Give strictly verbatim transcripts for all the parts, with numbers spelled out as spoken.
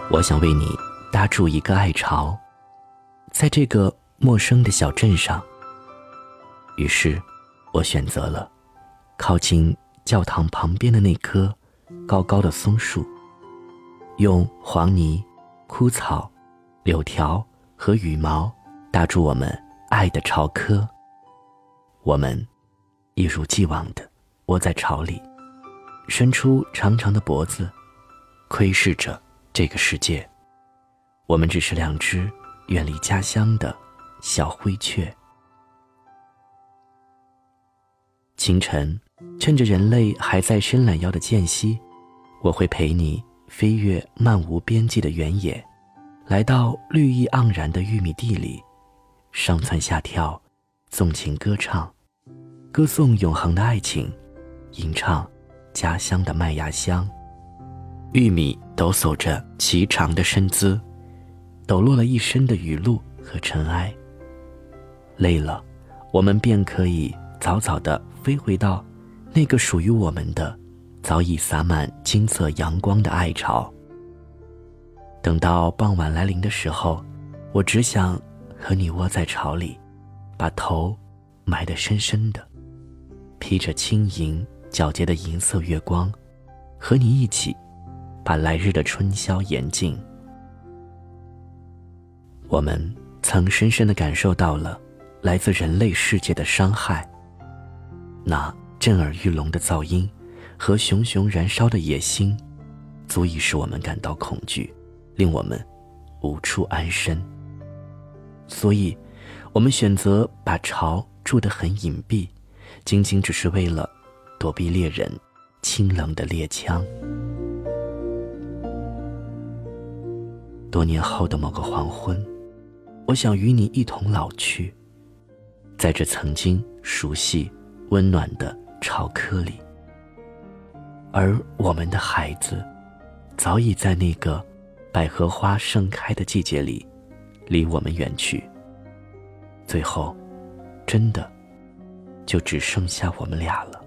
我想为你搭筑一个爱巢，在这个陌生的小镇上。于是我选择了靠近教堂旁边的那棵高高的松树，用黄泥、枯草、柳条和羽毛搭筑我们爱的巢窠。我们一如既往地窝在巢里，伸出长长的脖子，窥视着这个世界。我们只是两只远离家乡的小灰雀。清晨，趁着人类还在伸懒腰的间隙，我会陪你飞越漫无边际的原野，来到绿意盎然的玉米地里，上蹿下跳，纵情歌唱，歌颂永恒的爱情，吟唱家乡的麦芽香。玉米抖擞着颀长的身姿，抖落了一身的雨露和尘埃。累了，我们便可以早早地飞回到那个属于我们的早已洒满金色阳光的爱巢。等到傍晚来临的时候，我只想和你窝在巢里，把头埋得深深的，披着轻盈皎洁的银色月光，和你一起把来日的春宵言尽。我们曾深深地感受到了来自人类世界的伤害，那震耳欲聋的噪音和熊熊燃烧的野心，足以使我们感到恐惧，令我们无处安身。所以我们选择把巢筑得很隐蔽，仅仅只是为了躲避猎人清冷的猎枪。多年后的某个黄昏，我想与你一同老去，在这曾经熟悉温暖的巢窠里，而我们的孩子早已在那个百合花盛开的季节里离我们远去，最后真的就只剩下我们俩了。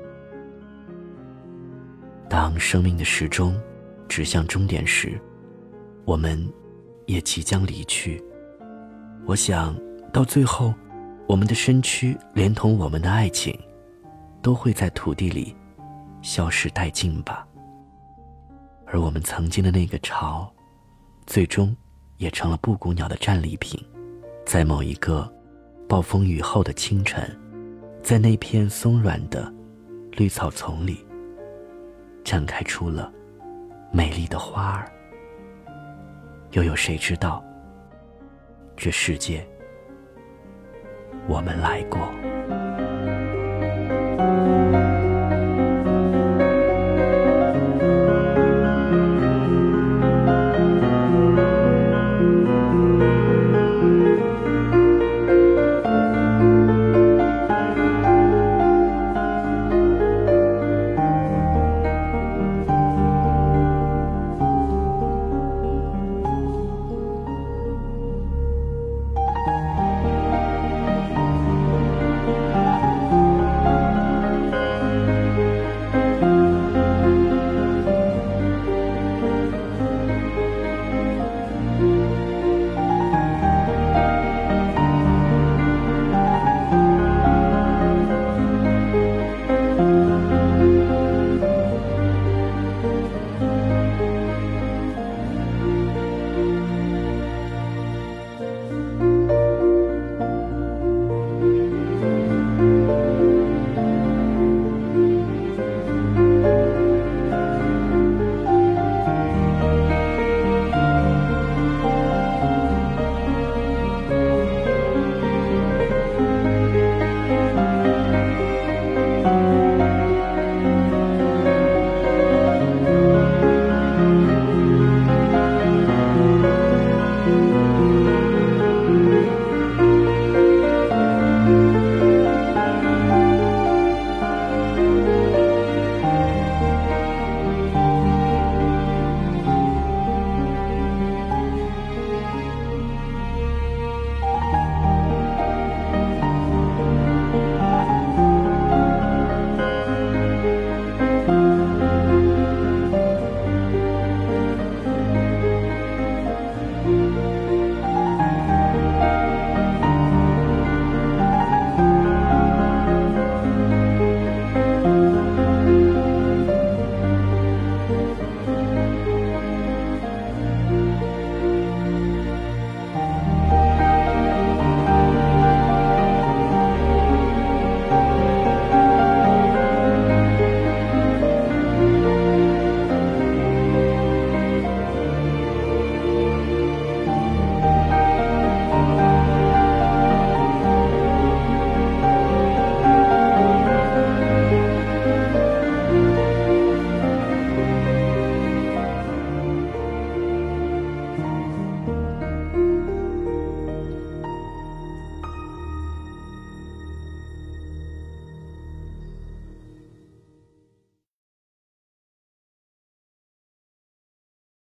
当生命的时钟指向终点时，我们也即将离去。我想到最后，我们的身躯连同我们的爱情都会在土地里消失殆尽吧。而我们曾经的那个巢，最终也成了布谷鸟的战利品。在某一个暴风雨后的清晨，在那片松软的绿草丛里，绽开出了美丽的花儿。又有谁知道，这世界我们来过。